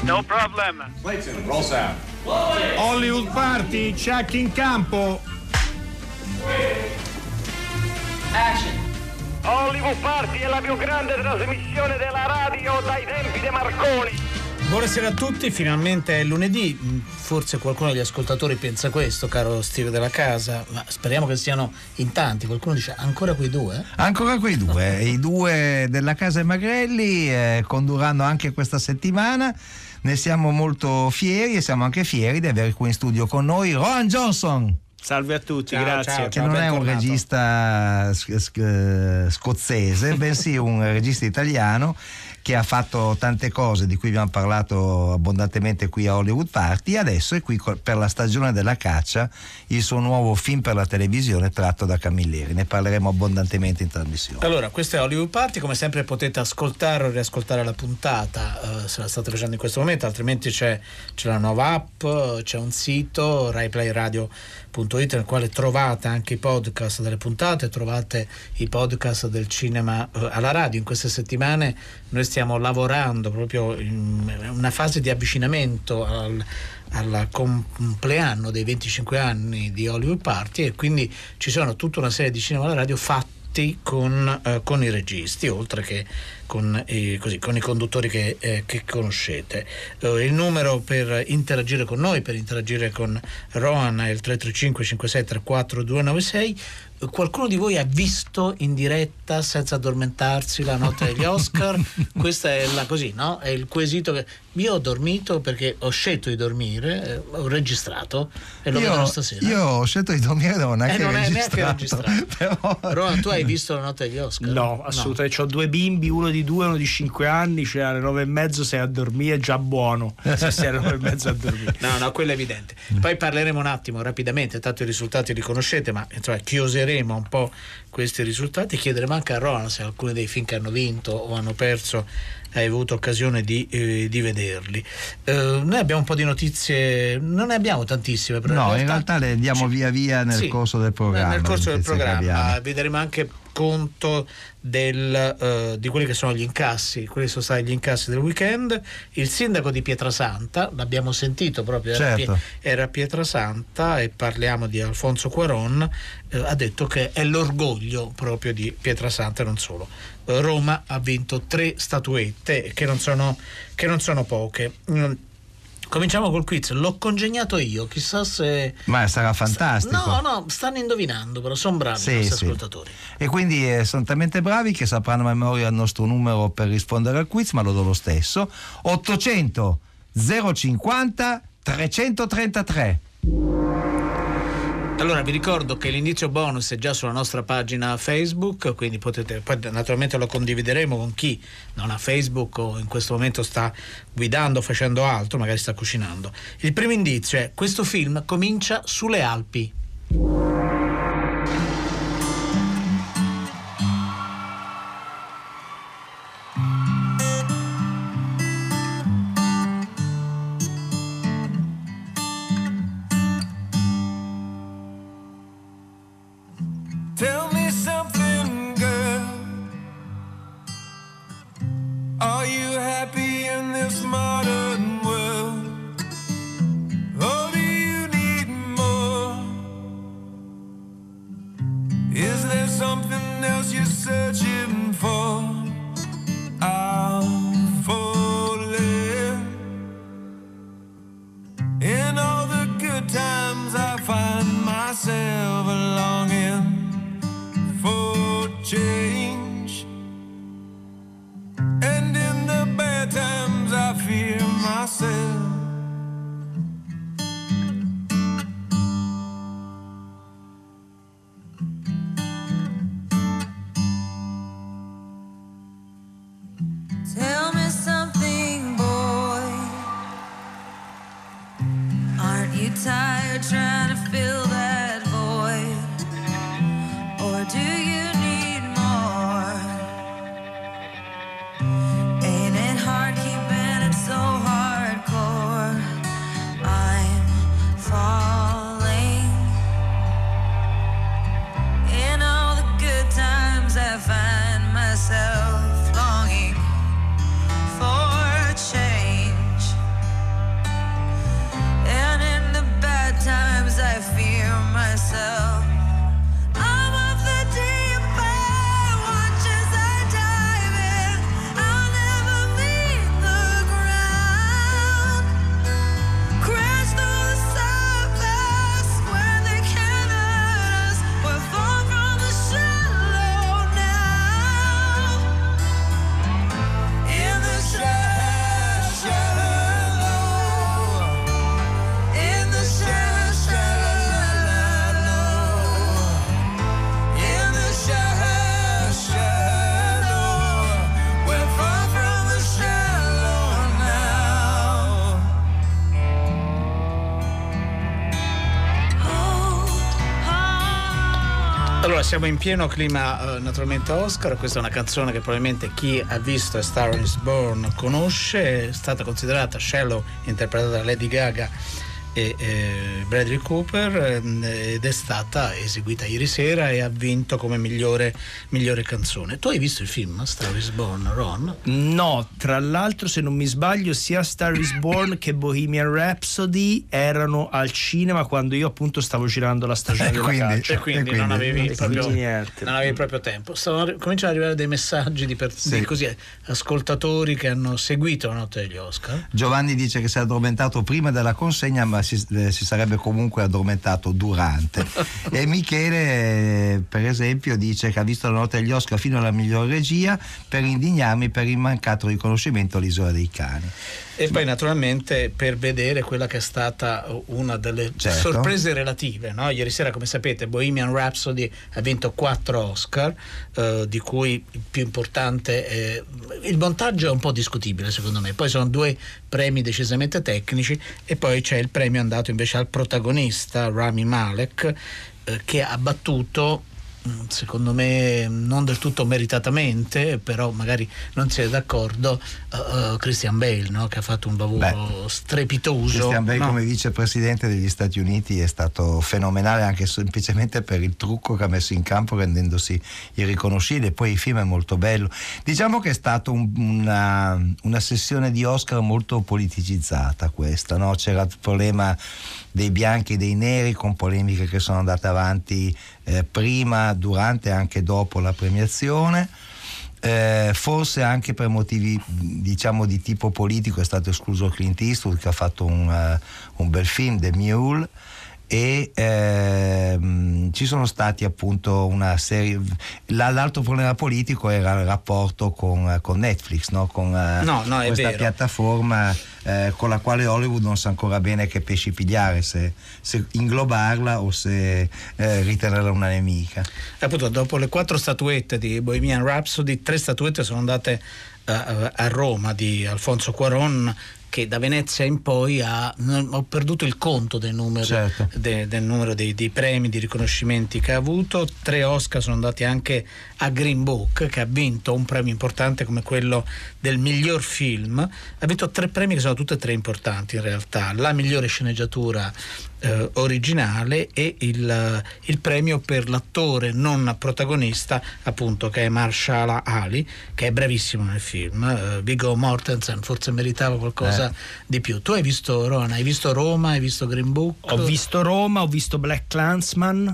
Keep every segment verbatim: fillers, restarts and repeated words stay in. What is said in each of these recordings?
No problem. Clayton, roll sound. Hollywood Party, check in campo. Action. Hollywood Party è la più grande trasmissione della radio dai tempi di Marconi. Buonasera a tutti, finalmente è lunedì. Forse qualcuno degli ascoltatori pensa questo, caro Steve della casa, ma speriamo che siano in tanti. Qualcuno dice ancora quei due? Ancora quei due, i due della casa Magrelli eh, condurranno anche questa settimana. Ne siamo molto fieri e siamo anche fieri di avere qui in studio con noi Rowan Johnson. Salve a tutti, ciao, grazie. Ciao, che ciao, non è un bentornato. regista sc- sc- scozzese, bensì un regista italiano che ha fatto tante cose di cui abbiamo parlato abbondantemente qui a Hollywood Party. Adesso è qui per la stagione della caccia, il suo nuovo film per la televisione tratto da Camilleri. Ne parleremo abbondantemente in trasmissione. Allora, questo è Hollywood Party, come sempre potete ascoltare o riascoltare la puntata uh, se la state facendo in questo momento, altrimenti c'è, c'è la nuova app, c'è un sito rai play radio punto it nel quale trovate anche i podcast delle puntate, trovate i podcast del cinema uh, alla radio. In queste settimane noi stiamo lavorando proprio in una fase di avvicinamento al, al compleanno dei venticinque anni di Hollywood Party, e quindi ci sono tutta una serie di cinema alla radio fatti con, eh, con i registi, oltre che con i, così, con i conduttori che, eh, che conoscete. Uh, il numero per interagire con noi, per interagire con Rowan, è il tre tre cinque cinque sei tre quattro due nove sei. Qualcuno di voi ha visto in diretta senza addormentarsi la notte degli Oscar? Questa è la così, no? È il quesito che io ho dormito perché ho scelto di dormire, eh, ho registrato e lo io, vedrò stasera. Io ho scelto di dormire, non è eh, che non registrato, è neanche registrato. Però... Rowan, tu hai visto la notte degli Oscar? No, assolutamente. No. Ho due bimbi, uno di due, uno di cinque anni, cioè alle nove e mezzo sei a dormire, è già buono se sei alle nove e mezzo a dormire. No, no, quello è evidente. Poi parleremo un attimo rapidamente, tanto i risultati li conoscete, ma insomma chioseremo un po' questi risultati, chiederemo anche a Rowan se alcuni dei film che hanno vinto o hanno perso hai avuto occasione di, eh, di vederli. Eh, noi abbiamo un po' di notizie, non ne abbiamo tantissime, però no, in realtà, in realtà le diamo ci, via via nel sì, corso del programma. Nel corso del programma vedremo anche conto del, uh, di quelli che sono gli incassi, quelli sono stati gli incassi del weekend. Il sindaco di Pietrasanta, l'abbiamo sentito proprio, era, certo. Pie- era Pietrasanta, e parliamo di Alfonso Cuarón, uh, ha detto che è l'orgoglio proprio di Pietrasanta e non solo. Uh, Roma ha vinto tre statuette che non sono, che non sono poche. Mm. Cominciamo col quiz, l'ho congegnato io, chissà se... Ma sarà fantastico. No, no, stanno indovinando, però sono bravi sì, i nostri sì. ascoltatori. E quindi eh, sono talmente bravi che sapranno a memoria il nostro numero per rispondere al quiz, ma lo do lo stesso. ottocento zero cinquanta trecentotrentatré. Allora vi ricordo che l'inizio bonus è già sulla nostra pagina Facebook, quindi potete, poi naturalmente lo condivideremo con chi non ha Facebook o in questo momento sta guidando, facendo altro, magari sta cucinando. Il primo indizio è: questo film comincia sulle Alpi. Tell me something, girl. Are you happy in this modern world? Or do you need more? Is there something else you're searching for? I'm falling. In all the good times I find myself longing for change, and in the bad times I fear myself. Tell me something, boy. Aren't you tired trying to fill that void? Or do you need more? Ain't it hard keeping it so hardcore? I'm falling. In all the good times I find myself longing for change. Allora, siamo in pieno clima uh, naturalmente Oscar. Questa è una canzone che probabilmente chi ha visto A Star is Born conosce. È stata considerata Shallow, interpretata da Lady Gaga e eh, Bradley Cooper, eh, ed è stata eseguita ieri sera e ha vinto come migliore, migliore canzone. Tu hai visto il film Star is Born, Ron? No, tra l'altro, se non mi sbaglio, sia Star is Born che Bohemian Rhapsody erano al cinema quando io appunto stavo girando la stagione E della quindi- calcio. E quindi, E quindi- non avevi e proprio, quindi niente. non avevi proprio tempo. Stavano, arri- cominciano ad arrivare dei messaggi di, per, Sì. di così, ascoltatori che hanno seguito la notte degli Oscar. Giovanni dice che si è addormentato prima della consegna, ma si, eh, si sarebbe comunque addormentato durante. E Michele, eh, per esempio, dice che ha visto la notte degli Oscar fino alla miglior regia per indignarmi per il mancato riconoscimento all'Isola dei Cani. E poi naturalmente per vedere quella che è stata una delle Certo. sorprese relative, no? Ieri sera, come sapete, Bohemian Rhapsody ha vinto quattro Oscar, eh, di cui il più importante è... il montaggio è un po' discutibile secondo me, poi sono due premi decisamente tecnici e poi c'è il premio andato invece al protagonista Rami Malek, eh, che ha battuto, secondo me non del tutto meritatamente, però magari non si è d'accordo, uh, uh, Christian Bale, no? Che ha fatto un lavoro Beh, strepitoso. Christian Bale no? come vicepresidente degli Stati Uniti è stato fenomenale, anche semplicemente per il trucco che ha messo in campo rendendosi irriconoscibile. Poi il film è molto bello. Diciamo che è stata un, una, una sessione di Oscar molto politicizzata questa, no? C'era il problema dei bianchi e dei neri, con polemiche che sono andate avanti eh, prima, durante e anche dopo la premiazione. Eh, forse anche per motivi diciamo di tipo politico è stato escluso Clint Eastwood, che ha fatto un, uh, un bel film, The Mule, e ehm, ci sono stati appunto una serie. L'altro problema politico era il rapporto con, con Netflix, no? Con uh, No, no, è questa vero. piattaforma eh, con la quale Hollywood non sa ancora bene che pesci pigliare, se, se inglobarla o se eh, ritenerla una nemica. Appunto, dopo le quattro statuette di Bohemian Rhapsody, tre statuette sono andate uh, a Roma di Alfonso Cuarón, che da Venezia in poi ha, ho perduto il conto del numero, Certo. de, del numero dei, dei premi, di riconoscimenti che ha avuto. Tre Oscar sono andati anche a Green Book, che ha vinto un premio importante come quello del miglior film. Ha vinto tre premi che sono tutte e tre importanti in realtà: la migliore sceneggiatura eh, originale e il, il premio per l'attore non protagonista, appunto, che è Mahershala Ali, che è bravissimo nel film. eh, Viggo Mortensen forse meritava qualcosa Eh. di più. Tu hai visto Ron, hai visto Roma, hai visto Green Book? Ho visto Roma, ho visto Black Klansman.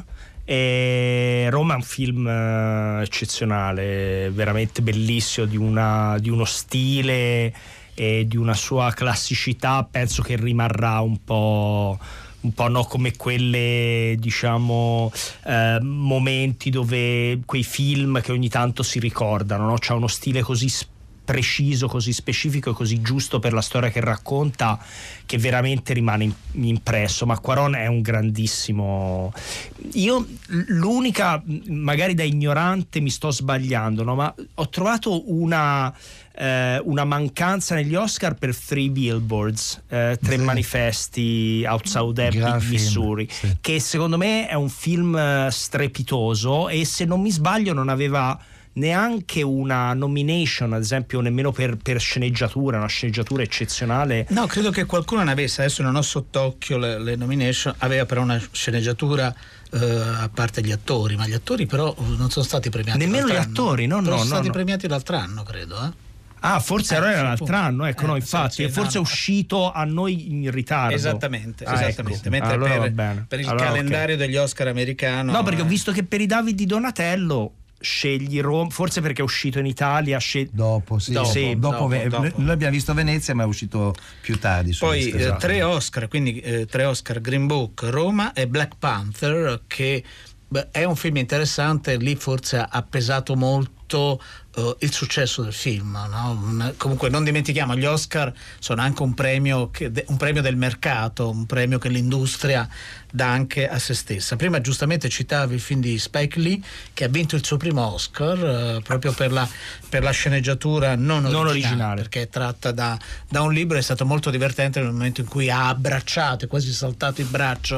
E Roma è un film eh, eccezionale, veramente bellissimo, di, una, di uno stile e di una sua classicità. Penso che rimarrà un po', un po' no, come quelle, diciamo, eh, momenti dove quei film che ogni tanto si ricordano, no? C'ha uno stile così sp- preciso, così specifico e così giusto per la storia che racconta, che veramente rimane in- impresso. Ma Cuarón è un grandissimo. Io l'unica, magari da ignorante mi sto sbagliando, no? Ma ho trovato una eh, una mancanza negli Oscar per Three Billboards, eh, tre Sì. manifesti outside Ebbing, Gran film, Missouri, sì. che secondo me è un film eh, strepitoso, e se non mi sbaglio non aveva neanche una nomination, ad esempio nemmeno per, per sceneggiatura, una sceneggiatura eccezionale. No, credo che qualcuno ne avesse, adesso non ho sott'occhio le, le nomination, aveva però una sceneggiatura eh, a parte gli attori, ma gli attori però non sono stati premiati. Nemmeno l'altro gli attori, no, anno. no, Sono no, stati no. premiati l'altro anno, credo, eh. Ah, forse Eh, era sì, l'altro appunto. anno, ecco, Eh, no, sì, infatti, sì, e forse no, è no. uscito a noi in ritardo. Esattamente, Ah, esattamente. ecco. Mentre Allora va per, bene. per il Allora, calendario ok. degli Oscar americano. No, perché ho eh, visto che per i David di Donatello scegli Roma, forse perché è uscito in Italia, scegli... Dopo, sì, Dopo, sì, dopo, dopo, Ve- dopo. noi abbiamo visto Venezia, ma è uscito più tardi. su Poi questo, eh, tre Oscar, quindi eh, tre Oscar, Green Book, Roma e Black Panther, che beh, è un film interessante. Lì forse ha pesato molto uh, il successo del film, no? Un, comunque non dimentichiamo, gli Oscar sono anche un premio, che, un premio del mercato, un premio che l'industria dà anche a se stessa. Prima giustamente citavi il film di Spike Lee, che ha vinto il suo primo Oscar uh, proprio per la, per la sceneggiatura non originale, Non originale. perché è tratta da, da un libro. È stato molto divertente nel momento in cui ha abbracciato e quasi saltato il braccio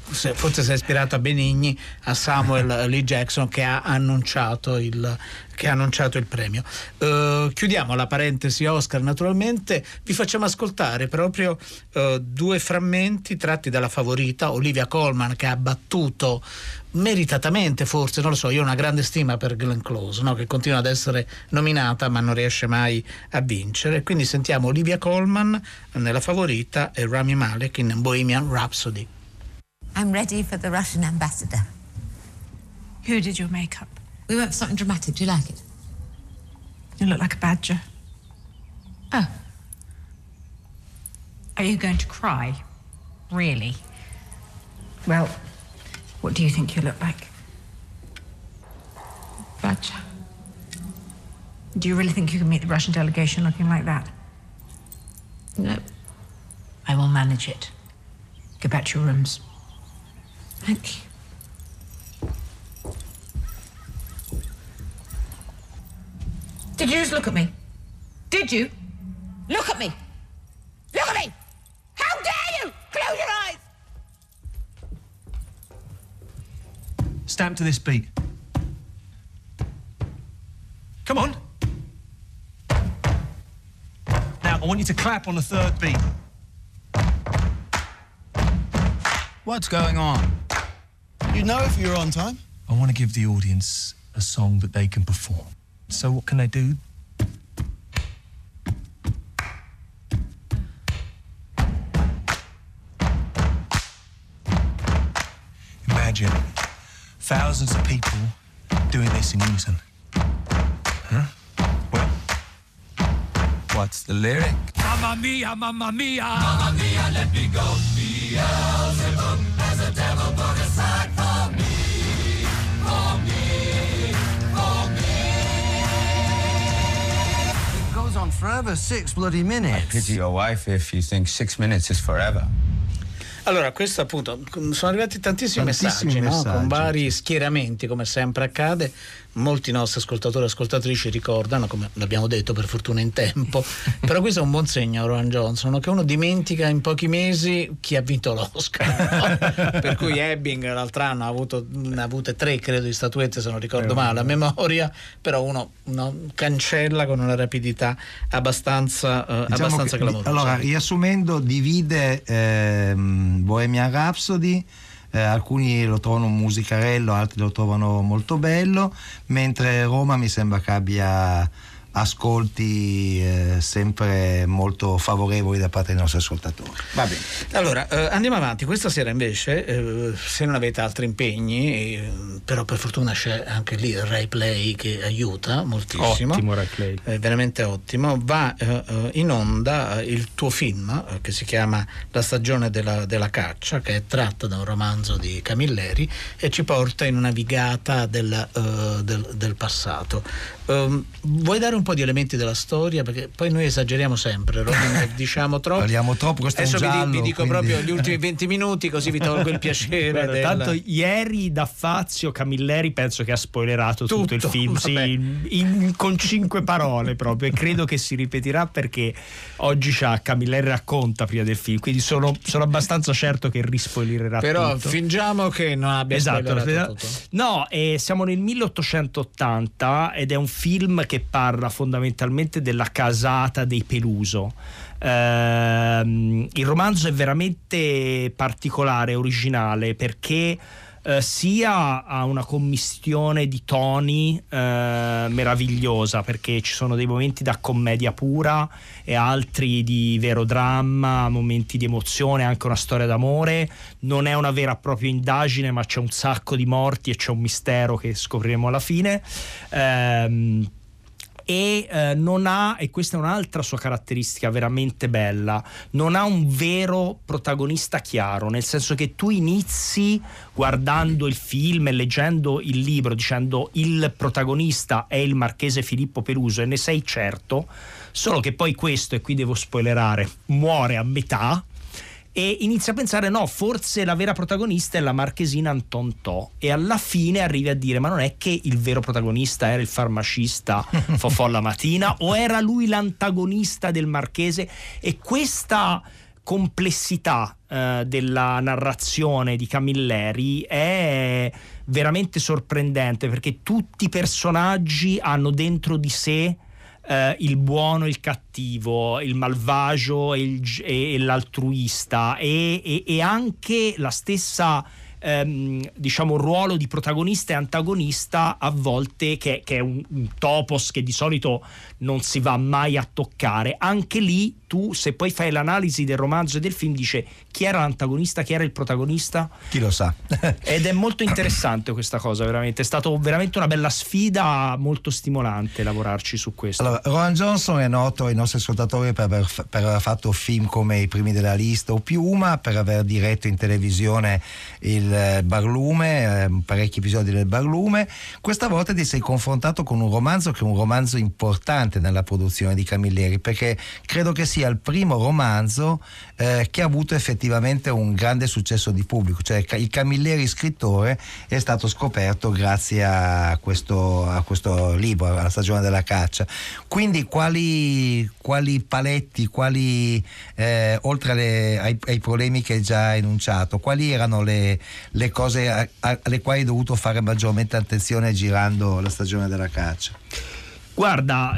forse si è ispirato a Benigni, a Samuel L. Jackson, che ha annunciato il, che ha annunciato il premio. Uh, chiudiamo la parentesi Oscar, naturalmente. Vi facciamo ascoltare proprio uh, due frammenti tratti dalla favorita Olivia Colman, che ha battuto meritatamente, forse, non lo so, io ho una grande stima per Glenn Close, no? Che continua ad essere nominata ma non riesce mai a vincere. Quindi sentiamo Olivia Colman nella favorita e Rami Malek in Bohemian Rhapsody. I'm ready for the Russian ambassador. Who did your makeup? We went for something dramatic. Do you like it? You look like a badger. Oh. Are you going to cry? Really? Well, what do you think you look like? Badger. Do you really think you can meet the Russian delegation looking like that? No. I will manage it. Go back to your rooms. Thank you. Did you just look at me? Did you? Look at me! Look at me! How dare you! Close your eyes! Stamp to this beat. Come on. Now, I want you to clap on the third beat. What's going on? You know if you're on time? I want to give the audience a song that they can perform. So what can they do? Imagine thousands of people doing this in unison. Huh? Well, What's the lyric? Mamma mia, mamma mia, mamma mia, let me go. Beelzebub has a devil put aside for me, for me, for me. It goes on forever, six bloody minutes. I pity your wife if you think six minutes is forever. Allora, questo appunto, sono arrivati tantissimi, Tantissimi messaggi, no? messaggi, Con vari sì. schieramenti, come sempre accade. Molti nostri ascoltatori e ascoltatrici ricordano, come l'abbiamo detto per fortuna in tempo, però questo è un buon segno, Rowan Johnson, che uno dimentica in pochi mesi chi ha vinto l'Oscar, no? Per cui Ebbing l'altro anno ha avuto ne ha avute tre, credo, di statuette, se non ricordo male a memoria, però uno, uno cancella con una rapidità abbastanza, eh, Diciamo abbastanza che, clamorosa. allora, riassumendo, divide ehm, Bohemian Rhapsody. Eh, alcuni lo trovano un musicarello, altri lo trovano molto bello, mentre Roma mi sembra che abbia ascolti eh, sempre molto favorevoli da parte dei nostri ascoltatori. Va bene, allora eh, andiamo avanti. Questa sera invece, eh, se non avete altri impegni, eh, però per fortuna c'è anche lì il Rai Play che aiuta moltissimo. Ottimo Rai Play. È veramente ottimo. Va eh, in onda eh, il tuo film eh, che si chiama La stagione della, della caccia, che è tratto da un romanzo di Camilleri e ci porta in una vigata del, eh, del, del passato. Um, vuoi dare un po' di elementi della storia, perché poi noi esageriamo sempre, Robin, diciamo troppo. Parliamo troppo, questo adesso è un vi, giallo, vi dico quindi... proprio gli ultimi venti minuti, così vi tolgo il piacere. Guarda, del... tanto ieri da Fazio Camilleri penso che ha spoilerato tutto, Tutto, il film, sì, in, in, con cinque parole proprio, e credo che si ripeterà perché oggi c'ha Camilleri racconta prima del film, quindi sono, sono abbastanza certo che rispoilerà però tutto. fingiamo che non abbia Esatto, spoilerato tutto. No, eh, siamo nel milleottocentottanta ed è un film che parla fondamentalmente della casata dei Peluso. Eh, il romanzo è veramente particolare, originale, perché eh, sia ha una commistione di toni eh, meravigliosa, perché ci sono dei momenti da commedia pura e altri di vero dramma, momenti di emozione, anche una storia d'amore. Non è una vera e propria indagine, ma c'è un sacco di morti e c'è un mistero che scopriremo alla fine. Ehm, e eh, non ha, e questa è un'altra sua caratteristica veramente bella, non ha un vero protagonista chiaro, nel senso che tu inizi guardando il film e leggendo il libro dicendo il protagonista è il marchese Filippo Peluso e ne sei certo, solo che poi questo, e qui devo spoilerare, muore a metà e inizia a pensare no, forse la vera protagonista è la marchesina Antontò, e alla fine arrivi a dire ma non è che il vero protagonista era il farmacista Fofò la Matina o era lui l'antagonista del marchese? E questa complessità eh, della narrazione di Camilleri è veramente sorprendente, perché tutti i personaggi hanno dentro di sé Uh, il buono e il cattivo, il malvagio e, il, e, e l'altruista, e, e, e anche la stessa ehm, diciamo ruolo di protagonista e antagonista a volte, che, che è un, un topos che di solito non si va mai a toccare. Anche lì tu, se poi fai l'analisi del romanzo e del film, dice chi era l'antagonista, chi era il protagonista, chi lo sa. Ed è molto interessante questa cosa, veramente è stato veramente una bella sfida, molto stimolante lavorarci su questo. Allora, Rowan Johnson è noto ai nostri ascoltatori per aver, per aver fatto film come I primi della lista o Piuma, per aver diretto in televisione il Barlume, eh, parecchi episodi del Barlume. Questa volta ti sei confrontato con un romanzo che è un romanzo importante nella produzione di Camilleri, perché credo che sia il primo romanzo eh, che ha avuto effettivamente un grande successo di pubblico, cioè il Camilleri scrittore è stato scoperto grazie a questo, a questo libro, alla stagione della caccia. Quindi quali, quali paletti, quali eh, oltre alle, ai, ai problemi che hai già enunciato, quali erano le, le cose a, a, alle quali hai dovuto fare maggiormente attenzione girando la stagione della caccia? Guarda,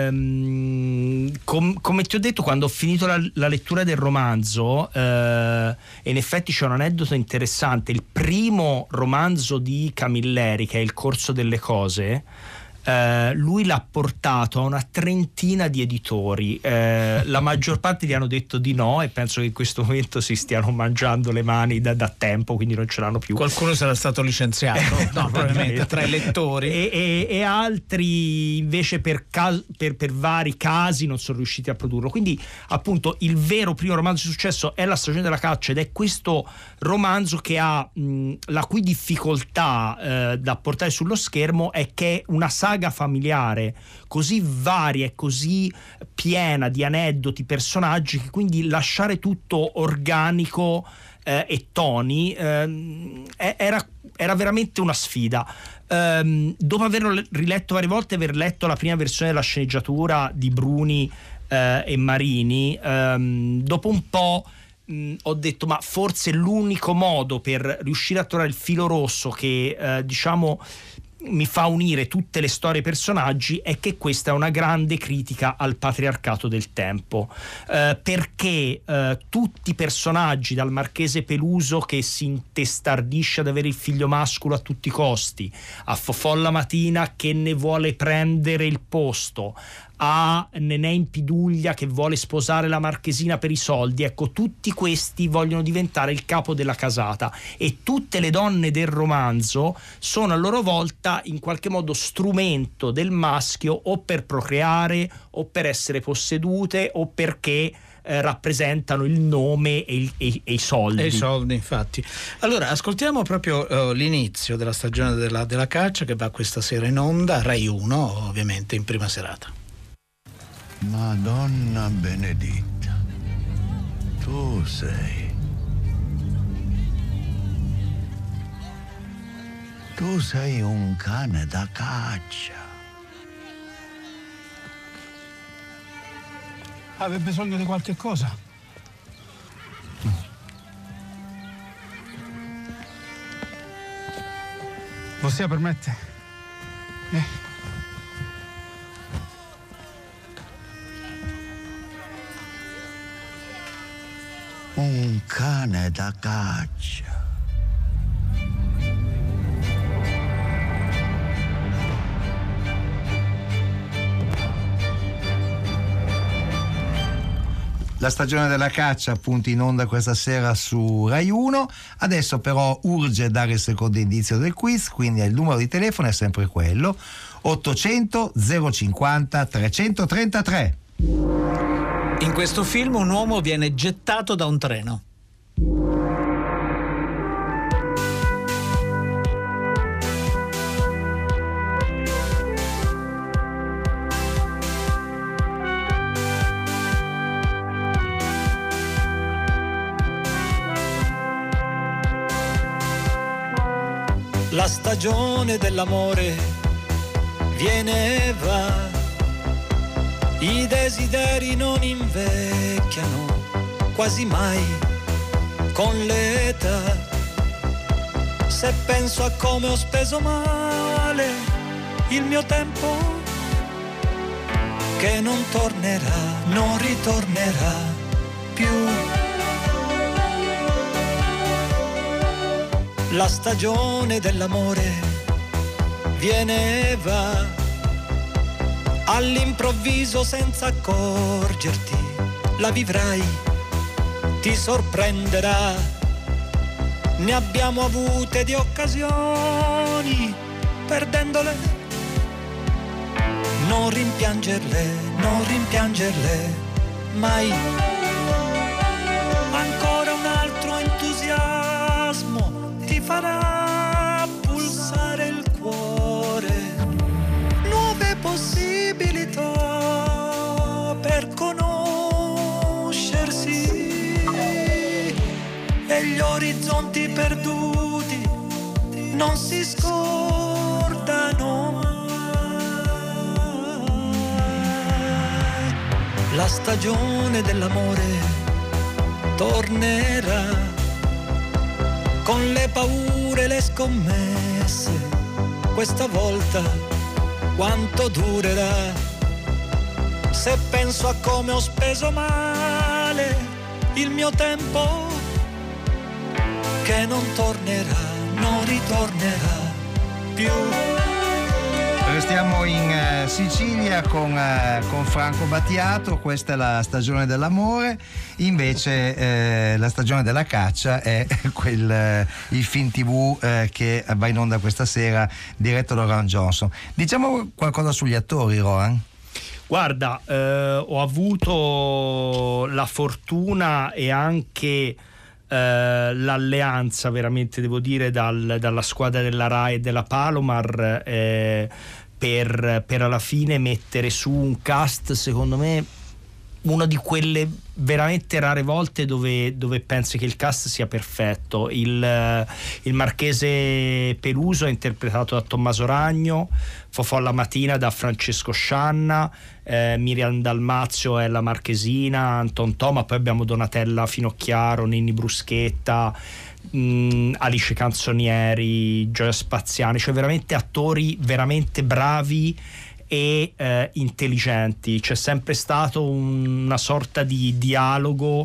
ehm, com- come ti ho detto, quando ho finito la, la lettura del romanzo, eh, in effetti c'è un aneddoto interessante. Il primo romanzo di Camilleri, che è Il corso delle cose, eh, lui l'ha portato a una trentina di editori, eh, la maggior parte gli hanno detto di no, e penso che in questo momento si stiano mangiando le mani da, da tempo, quindi non ce l'hanno più. Qualcuno sarà stato licenziato no, probabilmente tra i lettori, e, e, e altri invece per, cas- per, per vari casi non sono riusciti a produrlo. Quindi appunto il vero primo romanzo di successo è La stagione della caccia, ed è questo romanzo che ha mh, la cui difficoltà eh, da portare sullo schermo è che è una saga familiare così varia e così piena di aneddoti, personaggi, che quindi lasciare tutto organico eh, e toni eh, era, era veramente una sfida. Um, dopo averlo riletto varie volte, aver letto la prima versione della sceneggiatura di Bruni eh, e Marini, um, dopo un po' mh, ho detto ma forse l'unico modo per riuscire a trovare il filo rosso che eh, diciamo mi fa unire tutte le storie e personaggi è che questa è una grande critica al patriarcato del tempo, eh, perché eh, tutti i personaggi, dal marchese Peluso che si intestardisce ad avere il figlio mascolo a tutti i costi, a Fofò la Matina che ne vuole prendere il posto, a Nenè in Piduglia che vuole sposare la marchesina per i soldi, ecco, tutti questi vogliono diventare il capo della casata, e tutte le donne del romanzo sono a loro volta in qualche modo strumento del maschio, o per procreare, o per essere possedute, o perché eh, rappresentano il nome e, il, e, e i soldi. E i soldi, infatti. Allora, ascoltiamo proprio uh, l'inizio della stagione della, della caccia, che va questa sera in onda, Rai uno, ovviamente in prima serata. Madonna benedetta, tu sei. Tu sei un cane da caccia. Aveva bisogno di qualche cosa? Vostia permette? Eh? Un cane da caccia. La stagione della caccia appunto in onda questa sera su Rai uno. Adesso però urge dare il secondo indizio del quiz, quindi il numero di telefono è sempre quello: ottocento zero cinquanta trecentotrentatré. In questo film un uomo viene gettato da un treno. La stagione dell'amore viene e va, i desideri non invecchiano, quasi mai con l'età. Se penso a come ho speso male il mio tempo, che non tornerà, non ritornerà più. La stagione dell'amore viene e va all'improvviso senza accorgerti, la vivrai, ti sorprenderà. Ne abbiamo avute di occasioni, perdendole. Non rimpiangerle, non rimpiangerle mai. Ancora un altro entusiasmo ti farà pulsare il cuore. Nuove possibilità per conoscersi. E gli orizzonti perduti non si scordano mai. La stagione dell'amore tornerà con le paure e le scommesse. Questa volta quanto durerà? Se penso a come ho speso male il mio tempo, che non tornerà, non ritornerà più. Restiamo in uh, Sicilia con, uh, con Franco Battiato. Questa è la stagione dell'amore, invece eh, la stagione della caccia è quel, uh, il film tivù uh, che va in onda questa sera, diretto da Rowan Johnson. Diciamo qualcosa sugli attori, Rowan. Guarda, eh, ho avuto la fortuna e anche Uh, l'alleanza, veramente devo dire, dal, dalla squadra della Rai e della Palomar eh, per, per alla fine mettere su un cast, secondo me, una di quelle veramente rare volte dove, dove pensi che il cast sia perfetto. Il, il marchese Peluso è interpretato da Tommaso Ragno, Fofò Lamatina da Francesco Scianna, eh, Miriam Dalmazio è la marchesina, Anton Toma, poi abbiamo Donatella Finocchiaro, Ninni Bruschetta, mh, Alice Canzonieri, Gioia Spaziani, cioè veramente attori veramente bravi e eh, intelligenti. C'è sempre stato un, una sorta di dialogo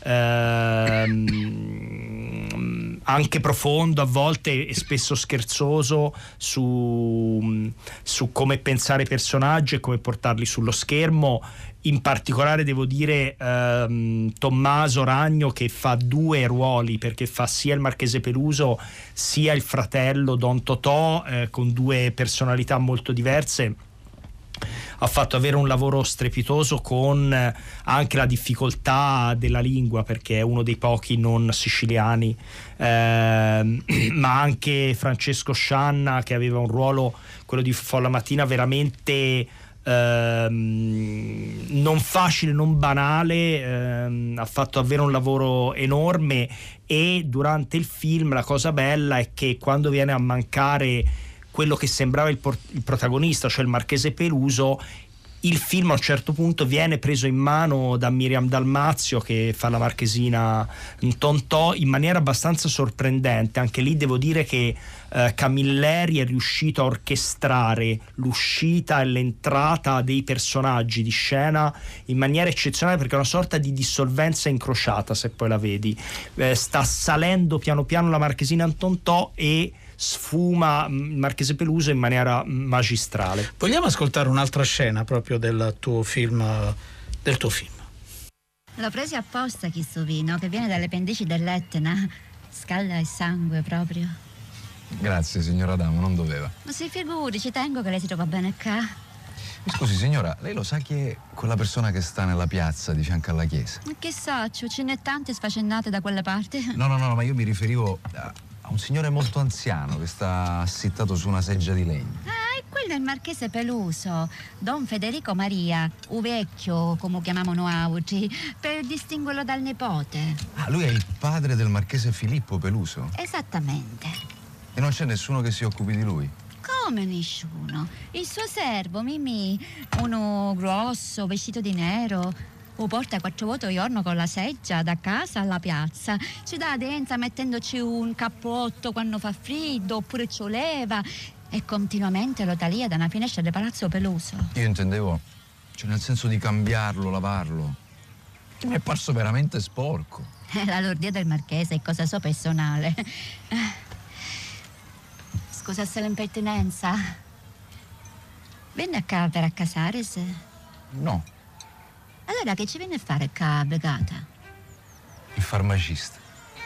ehm, anche profondo a volte e spesso scherzoso su, su come pensare i personaggi e come portarli sullo schermo. In particolare devo dire ehm, Tommaso Ragno, che fa due ruoli, perché fa sia il marchese Peluso sia il fratello Don Totò, eh, con due personalità molto diverse. Ha fatto avere un lavoro strepitoso, con anche la difficoltà della lingua, perché è uno dei pochi non siciliani, eh, ma anche Francesco Scianna, che aveva un ruolo, quello di Fofò Lamatina, veramente eh, non facile, non banale, eh, ha fatto davvero un lavoro enorme. E durante il film la cosa bella è che quando viene a mancare quello che sembrava il, por- il protagonista, cioè il marchese Peluso, il film a un certo punto viene preso in mano da Miriam Dalmazio, che fa la marchesina Tontò, in maniera abbastanza sorprendente. Anche lì devo dire che eh, Camilleri è riuscito a orchestrare l'uscita e l'entrata dei personaggi di scena in maniera eccezionale, perché è una sorta di dissolvenza incrociata, se poi la vedi. Eh, sta salendo piano piano la marchesina Tontò e sfuma il marchese Peluso in maniera magistrale. Vogliamo ascoltare un'altra scena proprio del tuo film, del tuo film? L'ho preso apposta questo vino, che viene dalle pendici dell'Etna. Scalda il sangue proprio. Grazie signora Adamo, non doveva. Ma si figuri, ci tengo che lei si trova bene qua. Mi scusi signora, lei lo sa chi è quella persona che sta nella piazza di fianco alla chiesa? Chissà, ce n'è tante sfaccendate da quelle parti. No, no, no, ma io mi riferivo a, a un signore molto anziano che sta assittato su una seggia di legno. Ah, è quello è il marchese Peluso, Don Federico Maria, u vecchio, come chiamavano oggi, per distinguerlo dal nipote. Ah, lui è il padre del marchese Filippo Peluso? Esattamente. E non c'è nessuno che si occupi di lui? Come nessuno? Il suo servo, Mimì, uno grosso, vestito di nero. o porta quattro volte al giorno con la seggia da casa alla piazza, ci dà denza mettendoci un cappotto quando fa freddo oppure ci leva e continuamente lo talia da una finestra del Palazzo Peluso. Io intendevo, cioè nel senso di cambiarlo, lavarlo, che mi è parso veramente sporco. La lordia del marchese è cosa sua personale. Scusa se l'impertinenza. Venne a casa per accasare se... No. Allora che ci viene a fare qua, Begata? Il farmacista.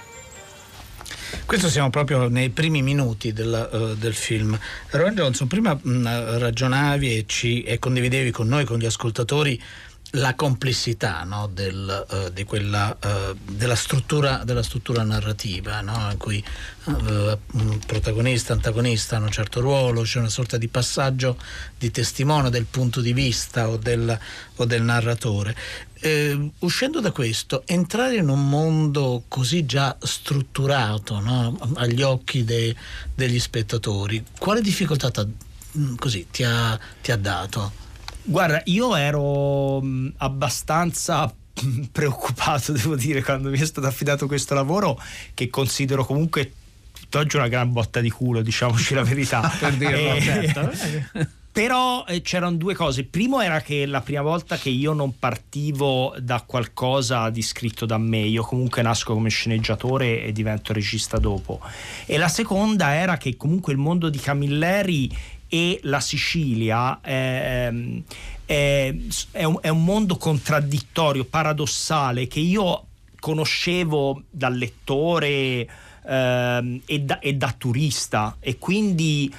Questo siamo proprio nei primi minuti del, uh, del film. Rowan Johnson, prima mh, ragionavi e, ci, e condividevi con noi, con gli ascoltatori, la complessità, no, del, uh, di quella, uh, della, struttura, della struttura narrativa, no, in cui uh, protagonista e antagonista hanno un certo ruolo, c'è una sorta di passaggio di testimone del punto di vista o del, o del narratore. Eh, uscendo da questo, entrare in un mondo così già strutturato, no, agli occhi de, degli spettatori, quale difficoltà t'ha, così, ti, ha, ti ha dato? Guarda, io ero abbastanza preoccupato, devo dire, quando mi è stato affidato questo lavoro, che considero comunque tutt'oggi una gran botta di culo, diciamoci la verità. Per dirlo, eh, certo. Però eh, c'erano due cose. Il primo era che la prima volta che io non partivo da qualcosa di scritto da me, io comunque nasco come sceneggiatore e divento regista dopo. E la seconda era che comunque il mondo di Camilleri e la Sicilia è, è, è, un, è un mondo contraddittorio, paradossale, che io conoscevo da lettore ehm, e, da, e da turista, e quindi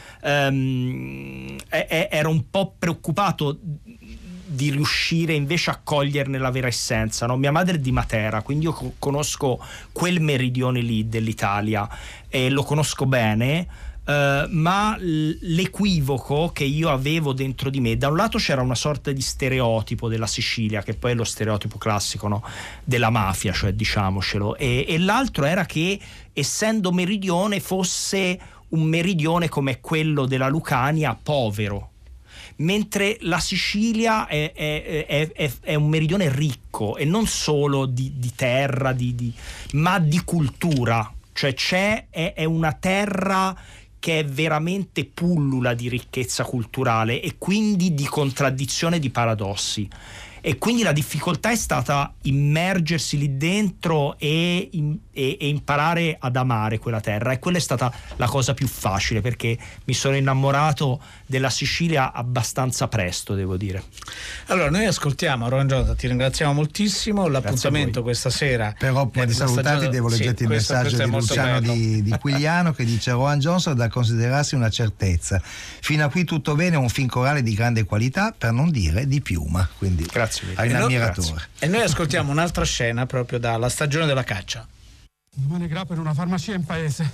ehm, è, è, ero un po' preoccupato di riuscire invece a coglierne la vera essenza, no? Mia madre è di Matera, quindi io co- conosco quel meridione lì dell'Italia e lo conosco bene. Uh, ma l- l'equivoco che io avevo dentro di me, da un lato c'era una sorta di stereotipo della Sicilia, che poi è lo stereotipo classico, no? Della mafia, cioè diciamocelo, e, e l'altro era che, essendo meridione, fosse un meridione come quello della Lucania, povero, mentre la Sicilia è, è, è, è, è un meridione ricco, e non solo di, di terra, di, di, ma di cultura, cioè c'è, è, è una terra che è veramente pullula di ricchezza culturale e quindi di contraddizione, di paradossi. E quindi la difficoltà è stata immergersi lì dentro e, in, e, e imparare ad amare quella terra, e quella è stata la cosa più facile, perché mi sono innamorato della Sicilia abbastanza presto, devo dire. Allora noi ascoltiamo Rowan Johnson, ti ringraziamo moltissimo, l'appuntamento questa sera. Però prima di salutarti stagione... devo leggerti sì, il questo, messaggio questo di Luciano di, di Quigliano, che dice: Rowan Johnson da considerarsi una certezza, fino a qui tutto bene, un film corale di grande qualità, per non dire di piuma, quindi grazie. Hai un ammiratore. E noi ascoltiamo un'altra scena proprio dalla stagione della caccia. Domani grappa in una farmacia in paese.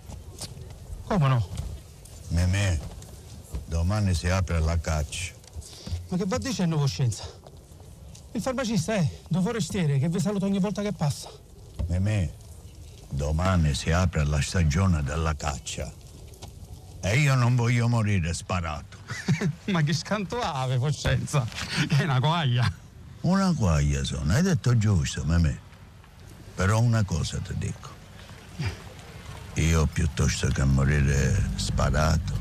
Come no? Memè, domani si apre la caccia. Ma che va dicendo coscienza? Il farmacista è Don Forestiere, che vi saluta ogni volta che passa. Memè, domani si apre la stagione della caccia. E io non voglio morire sparato. Ma che scanto ave, coscienza? È una guaglia. Una guaglia sono, hai detto giusto, Memè. Però una cosa ti dico. Io piuttosto che morire sparato,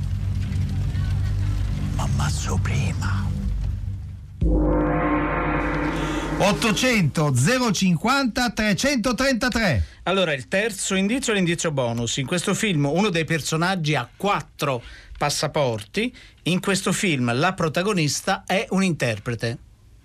m'ammazzo prima. ottocento zero cinquanta trecentotrentatré. Allora, il terzo indizio è l'indizio bonus. In questo film uno dei personaggi ha quattro passaporti. In questo film la protagonista è un interprete.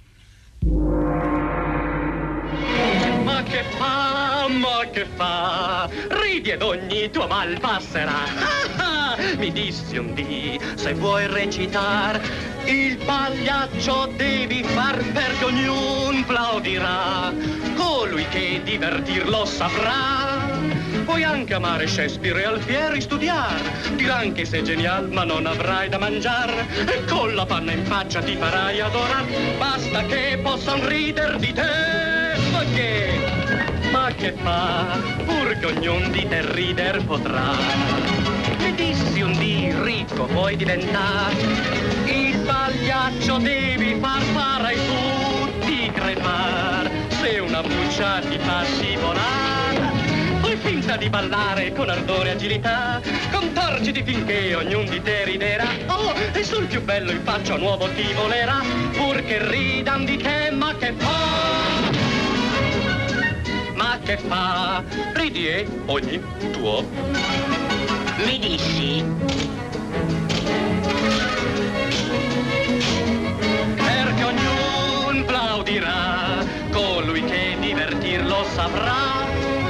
Ma che fa, ma che fa? Ridi ed ogni tuo mal passerà. Ah, ah, mi dissi un dì, se vuoi recitar il pagliaccio devi far, perché ognuno plaudirà colui che divertirlo saprà. Puoi anche amare Shakespeare e Alfieri studiar, diran che sei genial ma non avrai da mangiar, e con la panna in faccia ti farai adorar. Basta che possano rider di te, ma che, ma che fa, pur che ognuno di te rider potrà. Mi dissi un dì, ricco puoi diventare, il pagliaccio devi far fare ai tutti credere. cappuccia ti fa scivolare. Fai finta di ballare con ardore e agilità, contorciti finché ognuno di te riderà. Oh, e sul più bello in faccia nuovo ti volerà, pur che ridan di te, ma che fa? Ma che fa? Ridi e ogni tuo mi dissi. Perché ognuno plaudirà colui che divertirlo saprà.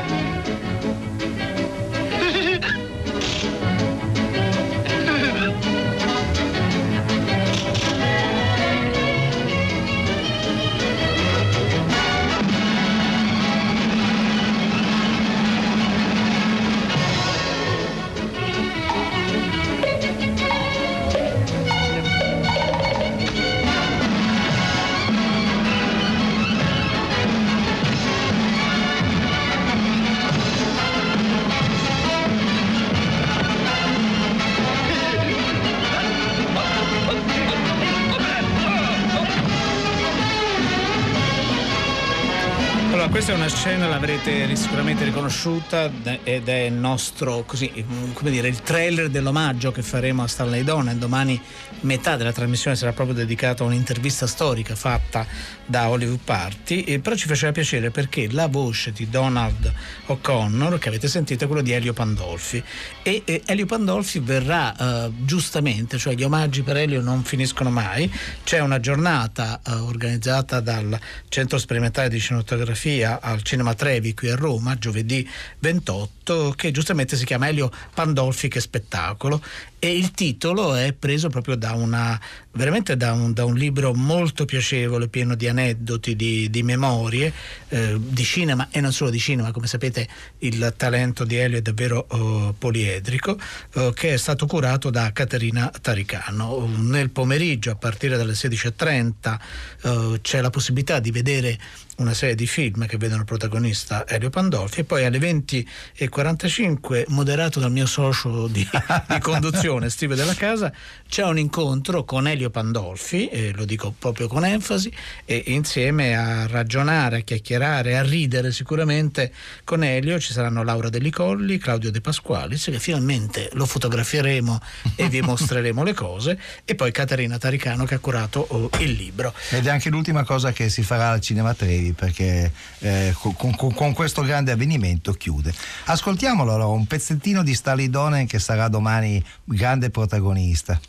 Questa è una scena, l'avrete sicuramente riconosciuta ed è il nostro, così, come dire, il trailer dell'omaggio che faremo a Stanley Donen. Domani metà della trasmissione sarà proprio dedicata a un'intervista storica fatta da Hollywood Party, e però ci faceva piacere perché la voce di Donald O'Connor che avete sentito è quello di Elio Pandolfi, e, e Elio Pandolfi verrà uh, giustamente, cioè gli omaggi per Elio non finiscono mai. C'è una giornata uh, organizzata dal Centro Sperimentale di Cinematografia al Cinema Trevi qui a Roma, giovedì ventotto, che giustamente si chiama Elio Pandolfi che spettacolo, e il titolo è preso proprio da una veramente da un, da un libro molto piacevole, pieno di aneddoti, di, di memorie eh, di cinema e non solo di cinema. Come sapete il talento di Elio è davvero uh, poliedrico, uh, che è stato curato da Caterina Taricano. Nel pomeriggio a partire dalle sedici e trenta uh, c'è la possibilità di vedere una serie di film che vedono protagonista Elio Pandolfi, e poi alle venti e quarantacinque, moderato dal mio socio di, di conduzione Steve Della Casa, c'è un incontro con Elio Pandolfi, e lo dico proprio con enfasi, e insieme a ragionare, a chiacchierare, a ridere sicuramente con Elio ci saranno Laura Delli Colli, Claudio De Pasqualis, che finalmente lo fotografieremo e vi mostreremo le cose, e poi Caterina Taricano che ha curato oh, il libro. Ed è anche l'ultima cosa che si farà al Cinema Trevi, perché eh, con, con, con questo grande avvenimento chiude. Ascoltiamolo allora, un pezzettino di Stanley Donen che sarà domani grande protagonista.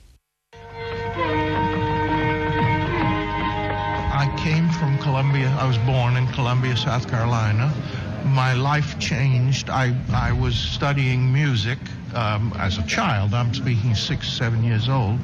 I came from Columbia. I was born in Columbia, South Carolina. My life changed. I, I was studying music um, as a child. I'm speaking six, seven years old.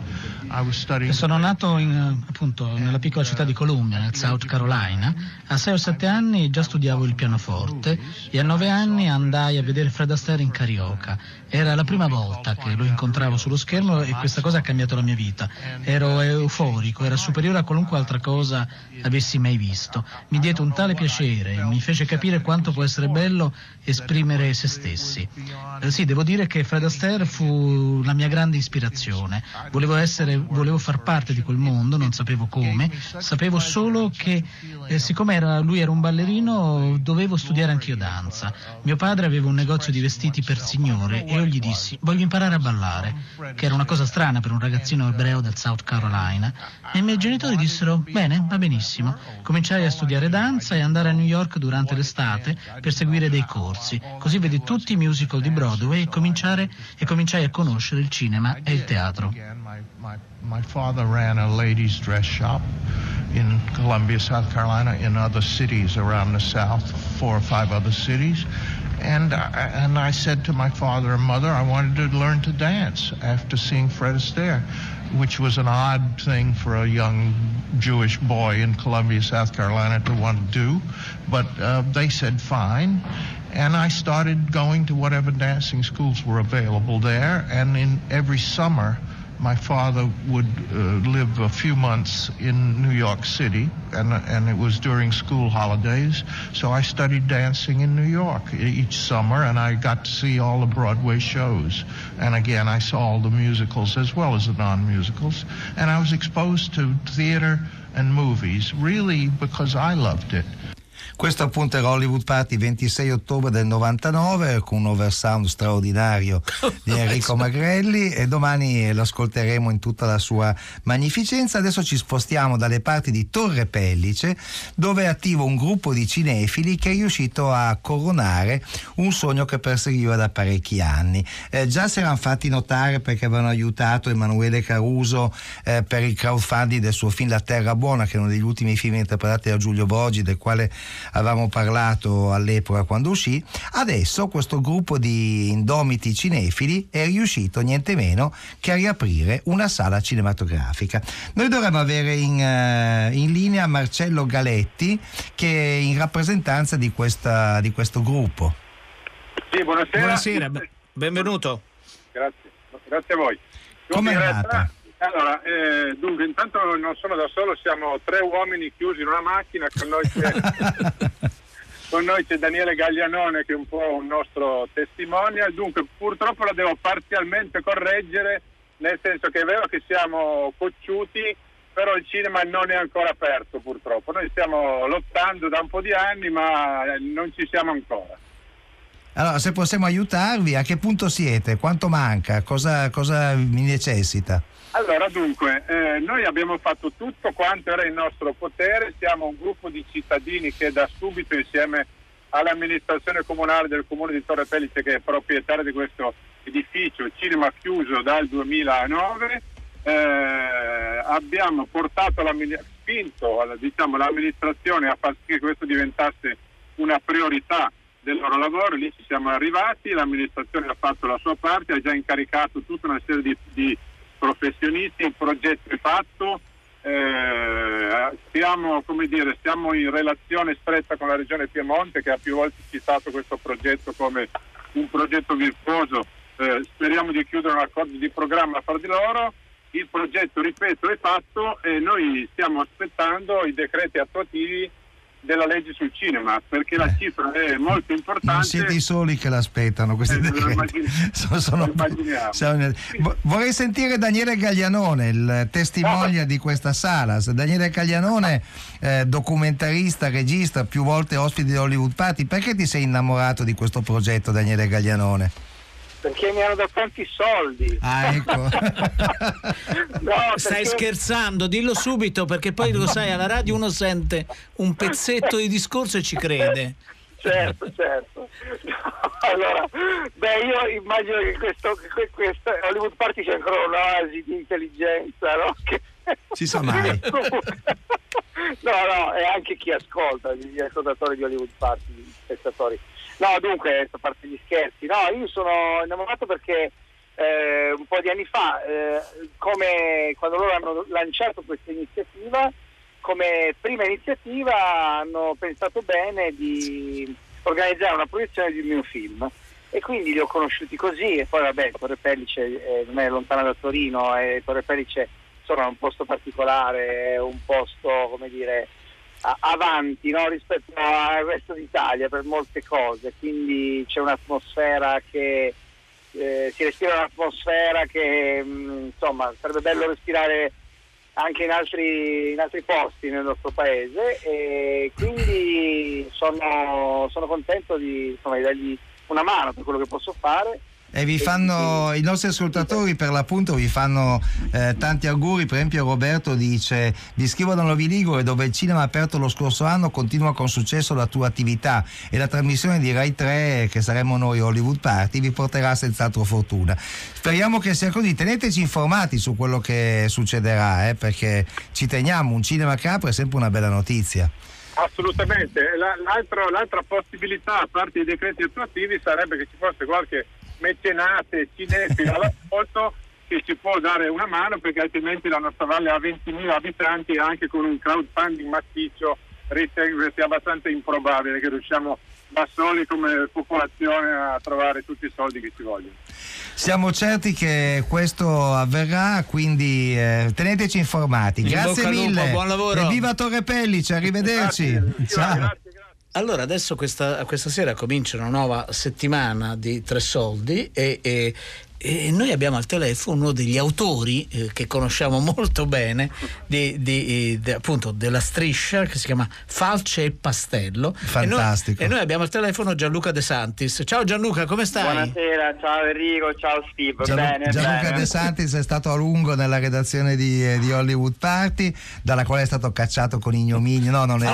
Sono nato in, appunto nella piccola città di Columbia, nel South Carolina. A sei o sette anni già studiavo il pianoforte e a nove anni andai a vedere Fred Astaire in Carioca. Era la prima volta che lo incontravo sullo schermo e questa cosa ha cambiato la mia vita. Ero euforico, era superiore a qualunque altra cosa avessi mai visto. Mi diede un tale piacere, mi fece capire quanto può essere bello esprimere se stessi. Eh, sì, devo dire che Fred Astaire fu la mia grande ispirazione. Volevo essere Volevo far parte di quel mondo, non sapevo come, sapevo solo che eh, siccome era, lui era un ballerino, dovevo studiare anch'io danza. Mio padre aveva un negozio di vestiti per signore e io gli dissi: voglio imparare a ballare, che era una cosa strana per un ragazzino ebreo del South Carolina, e i miei genitori dissero: bene, va benissimo. Cominciai a studiare danza e andare a New York durante l'estate per seguire dei corsi, così vedi tutti i musical di Broadway e, cominciare, e cominciai a conoscere il cinema e il teatro. My, my father ran a ladies' dress shop in Columbia, South Carolina, in other cities around the South, four or five other cities. And I, and I said to my father and mother, I wanted to learn to dance after seeing Fred Astaire, which was an odd thing for a young Jewish boy in Columbia, South Carolina to want to do. But uh, they said fine. And I started going to whatever dancing schools were available there. And in every summer, my father would uh, live a few months in New York City, and, and it was during school holidays. So I studied dancing in New York each summer, and I got to see all the Broadway shows. And again, I saw all the musicals as well as the non-musicals. And I was exposed to theater and movies, really because I loved it. Questo appunto era Hollywood Party, ventisei ottobre del novantanove, con un oversound straordinario di Enrico Magrelli, e domani lo ascolteremo in tutta la sua magnificenza. Adesso ci spostiamo dalle parti di Torre Pellice, dove è attivo un gruppo di cinefili che è riuscito a coronare un sogno che perseguiva da parecchi anni. Eh, già si erano fatti notare perché avevano aiutato Emanuele Caruso eh, per il crowdfunding del suo film La Terra Buona, che è uno degli ultimi film interpretati da Giulio Borgi, del quale avevamo parlato all'epoca quando uscì. Adesso questo gruppo di indomiti cinefili è riuscito niente meno che a riaprire una sala cinematografica. Noi dovremmo avere in, uh, in linea Marcello Galetti, che è in rappresentanza di, questa, di questo gruppo. Sì, buonasera. Buonasera, benvenuto. Grazie, grazie a voi. Come è nata? Allora, eh, dunque, intanto non sono da solo, siamo tre uomini chiusi in una macchina, con noi c'è, con noi c'è Daniele Gaglianone, che è un po' un nostro testimonial. Dunque, purtroppo la devo parzialmente correggere, nel senso che è vero che siamo cocciuti, però il cinema non è ancora aperto, purtroppo. Noi stiamo lottando da un po' di anni, ma non ci siamo ancora. Allora, se possiamo aiutarvi, a che punto siete? Quanto manca? Cosa, cosa vi necessita? Allora, dunque, eh, noi abbiamo fatto tutto quanto era in nostro potere, siamo un gruppo di cittadini che da subito, insieme all'amministrazione comunale del comune di Torre Pellice, che è proprietaria di questo edificio, cinema chiuso dal duemilanove, eh, abbiamo portato spinto diciamo, l'amministrazione a far sì che questo diventasse una priorità del loro lavoro. Lì ci siamo arrivati, l'amministrazione ha fatto la sua parte, ha già incaricato tutta una serie di, di professionisti, il progetto è fatto, eh, stiamo, come dire, stiamo in relazione stretta con la regione Piemonte, che ha più volte citato questo progetto come un progetto virtuoso. Eh, speriamo di chiudere un accordo di programma fra di loro. Il progetto, ripeto, è fatto e noi stiamo aspettando i decreti attuativi della legge sul cinema, perché la cifra è molto importante. Non siete i soli che l'aspettano, questi eh, decreti. Sono, sono, sono, vorrei sentire Daniele Gaglianone, il testimonial di questa sala. Daniele Gaglianone, eh, documentarista, regista, più volte ospite di Hollywood Party. Perché ti sei innamorato di questo progetto, Daniele Gaglianone? Perché mi hanno dato tanti soldi. Ah, ecco. No, stai perché... scherzando, dillo subito, perché poi lo sai, alla radio uno sente un pezzetto di discorso e ci crede. Certo, certo. No, allora, beh, io immagino che questo, che questo Hollywood Party c'è ancora un'oasi di intelligenza, no? Che... Si sa mai. No, no, e anche chi ascolta, gli ascoltatori di Hollywood Party, gli spettatori. No, dunque, a parte gli scherzi, no, io sono innamorato perché eh, un po' di anni fa, eh, come quando loro hanno lanciato questa iniziativa, come prima iniziativa hanno pensato bene di organizzare una proiezione di un mio film, e quindi li ho conosciuti così. E poi vabbè, Torre Pellice eh, non è lontana da Torino, e Torre Pellice insomma è un posto particolare, è un posto, come dire, avanti, no, rispetto al resto d'Italia per molte cose, quindi c'è un'atmosfera che eh, si respira un'atmosfera che mh, insomma sarebbe bello respirare anche in altri, in altri posti nel nostro paese, e quindi sono, sono contento di, insomma, di dargli una mano per quello che posso fare. E vi fanno, i nostri ascoltatori per l'appunto vi fanno eh, tanti auguri. Per esempio Roberto dice: vi scrivo da Novi Ligure, dove il cinema aperto lo scorso anno continua con successo la tua attività, e la trasmissione di Rai tre, che saremo noi Hollywood Party, vi porterà senz'altro fortuna. Speriamo che sia così, teneteci informati su quello che succederà, eh, perché ci teniamo, un cinema che apre è sempre una bella notizia. Assolutamente. L'altro, l'altra possibilità, a parte i decreti attuativi, sarebbe che ci fosse qualche mecenate cinefilo all'ascolto che ci può dare una mano, perché altrimenti la nostra valle ha ventimila abitanti e anche con un crowdfunding massiccio ritengo che sia abbastanza improbabile che riusciamo da soli come popolazione a trovare tutti i soldi che ci vogliono. Siamo certi che questo avverrà, quindi eh, teneteci informati. In Grazie mille, lupo, buon lavoro. E viva Torre Pellice, arrivederci. Grazie. Ciao. Grazie. Allora, adesso questa, questa sera comincia una nuova settimana di Tre Soldi, e, e e noi abbiamo al telefono uno degli autori eh, che conosciamo molto bene di, di, di, appunto della striscia che si chiama Falce e Pastello. Fantastico. E noi, e noi abbiamo al telefono Gianluca De Santis. Ciao Gianluca, come stai? Buonasera, ciao Enrico, ciao Steve. Gian, bene, Gianluca bene. De Santis è stato a lungo nella redazione di, di Hollywood Party, dalla quale è stato cacciato con ignominia. No, non è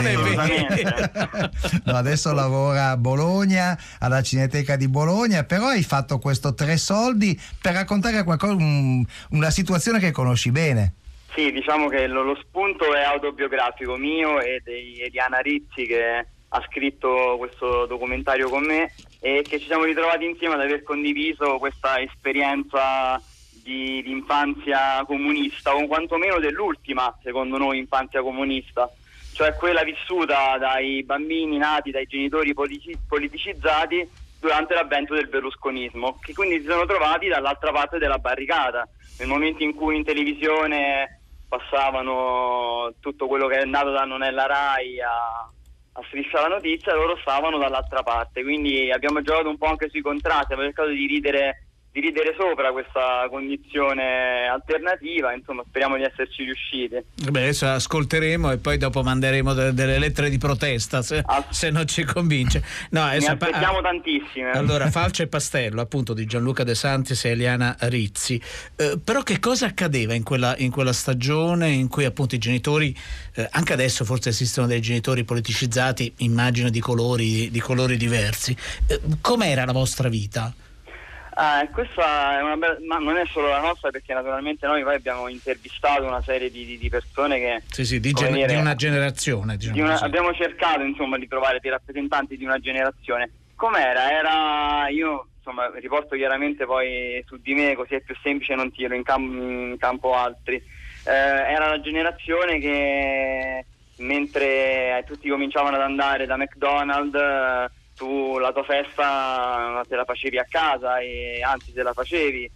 vero. No, adesso lavora a Bologna, alla Cineteca di Bologna, però hai fatto questo Tre Soldi per raccontare qualcosa, un, una situazione che conosci bene. Sì, diciamo che lo, lo spunto è autobiografico mio e di, e di Anna Rizzi, che ha scritto questo documentario con me, e che ci siamo ritrovati insieme ad aver condiviso questa esperienza di, di infanzia comunista, o quantomeno dell'ultima, secondo noi, infanzia comunista, cioè quella vissuta dai bambini nati dai genitori politici, politicizzati durante l'avvento del berlusconismo, che quindi si sono trovati dall'altra parte della barricata, nel momento in cui in televisione passavano tutto quello che è nato da Non è la Rai a, a Striscia la Notizia, loro stavano dall'altra parte, quindi abbiamo giocato un po' anche sui contrasti, abbiamo cercato di ridere di ridere sopra questa condizione alternativa, insomma speriamo di esserci riusciti. Beh, adesso ascolteremo e poi dopo manderemo de- delle lettere di protesta se, ah. se non ci convince. No, ne aspettiamo pa- tantissime. Allora, Falce e Pastello, appunto, di Gianluca De Santis e Eliana Rizzi. Eh, però che cosa accadeva in quella, in quella stagione in cui appunto i genitori, eh, anche adesso forse esistono dei genitori politicizzati, immagino di colori, di colori diversi. Eh, com'era la vostra vita? Eh, questa è una bella, ma non è solo la nostra, perché naturalmente noi poi abbiamo intervistato una serie di, di, di persone che sì sì di, gen- dire, di una generazione diciamo di una, abbiamo cercato insomma di trovare dei rappresentanti di una generazione. Com'era? Era, io insomma riporto chiaramente poi su di me, così è più semplice, non tiro in, cam- in campo altri. Eh, era la generazione che mentre tutti cominciavano ad andare da McDonald's, tu la tua festa te la facevi a casa, e anzi te la facevi.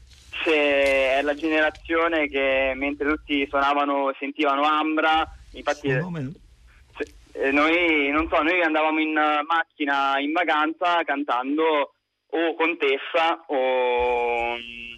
Se è la generazione che mentre tutti suonavano, sentivano Ambra, infatti se, eh, noi non so, noi andavamo in macchina in vacanza cantando o Contessa o,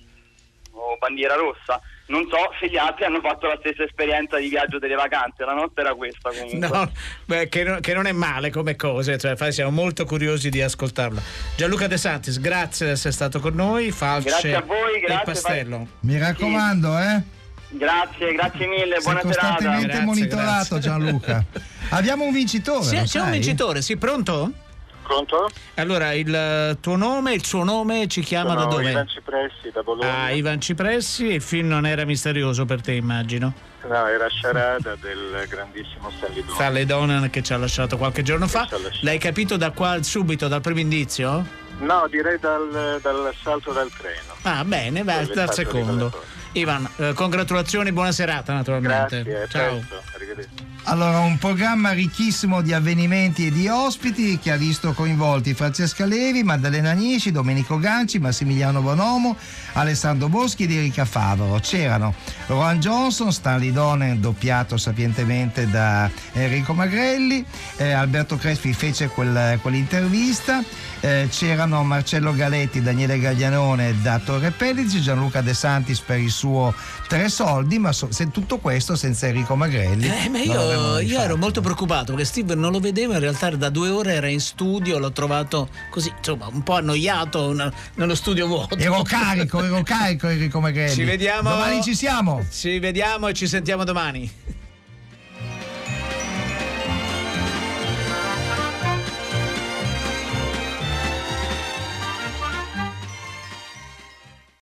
o Bandiera Rossa. Non so se gli altri hanno fatto la stessa esperienza di viaggio delle vacanze, la nostra era questa comunque. No, beh, che, no, che non è male come cose, cioè siamo molto curiosi di ascoltarla. Gianluca De Santis, grazie di essere stato con noi. Falce grazie a voi, grazie. E Pastello. Mi raccomando, sì. eh. Grazie, grazie mille, sei buona serata. Costantemente grazie, monitorato, grazie. Gianluca. Abbiamo un vincitore. Sì, c'è sai? un vincitore, sì, pronto? Pronto? Allora, il tuo nome, il suo nome, ci chiama Sono da dove? Ivan Cipressi, da Bologna. Ah, Ivan Cipressi, il film non era misterioso per te, immagino. No, era Sciarada del grandissimo Stanley Donen. Stanley Donen, che ci ha lasciato qualche giorno fa. L'hai capito da qua subito, dal primo indizio? No, direi dal, dal salto dal treno. Ah, bene, vai dal secondo. Ivan, eh, congratulazioni, buona serata naturalmente. Grazie, ciao. presto, arrivederci. Allora, un programma ricchissimo di avvenimenti e di ospiti che ha visto coinvolti Francesca Levi, Maddalena Agnisci, Domenico Ganci, Massimiliano Bonomo, Alessandro Boschi ed Erika Favaro. C'erano Rowan Johnson, Stanley Donen, doppiato sapientemente da Enrico Magrelli, eh, Alberto Crespi fece quel, quell'intervista, eh, c'erano Marcello Galetti, Daniele Gaglianone da Torre Pellici, Gianluca De Santis per il suo Tre Soldi, ma so, se tutto questo senza Enrico Magrelli. Eh, ma io, io ero molto preoccupato perché Steve non lo vedevo, in realtà da due ore era in studio, l'ho trovato così, insomma, un po' annoiato una, nello studio vuoto. Ero carico, ero carico Enrico Magrelli. Ci vediamo. Domani ci siamo. Ci vediamo e ci sentiamo domani.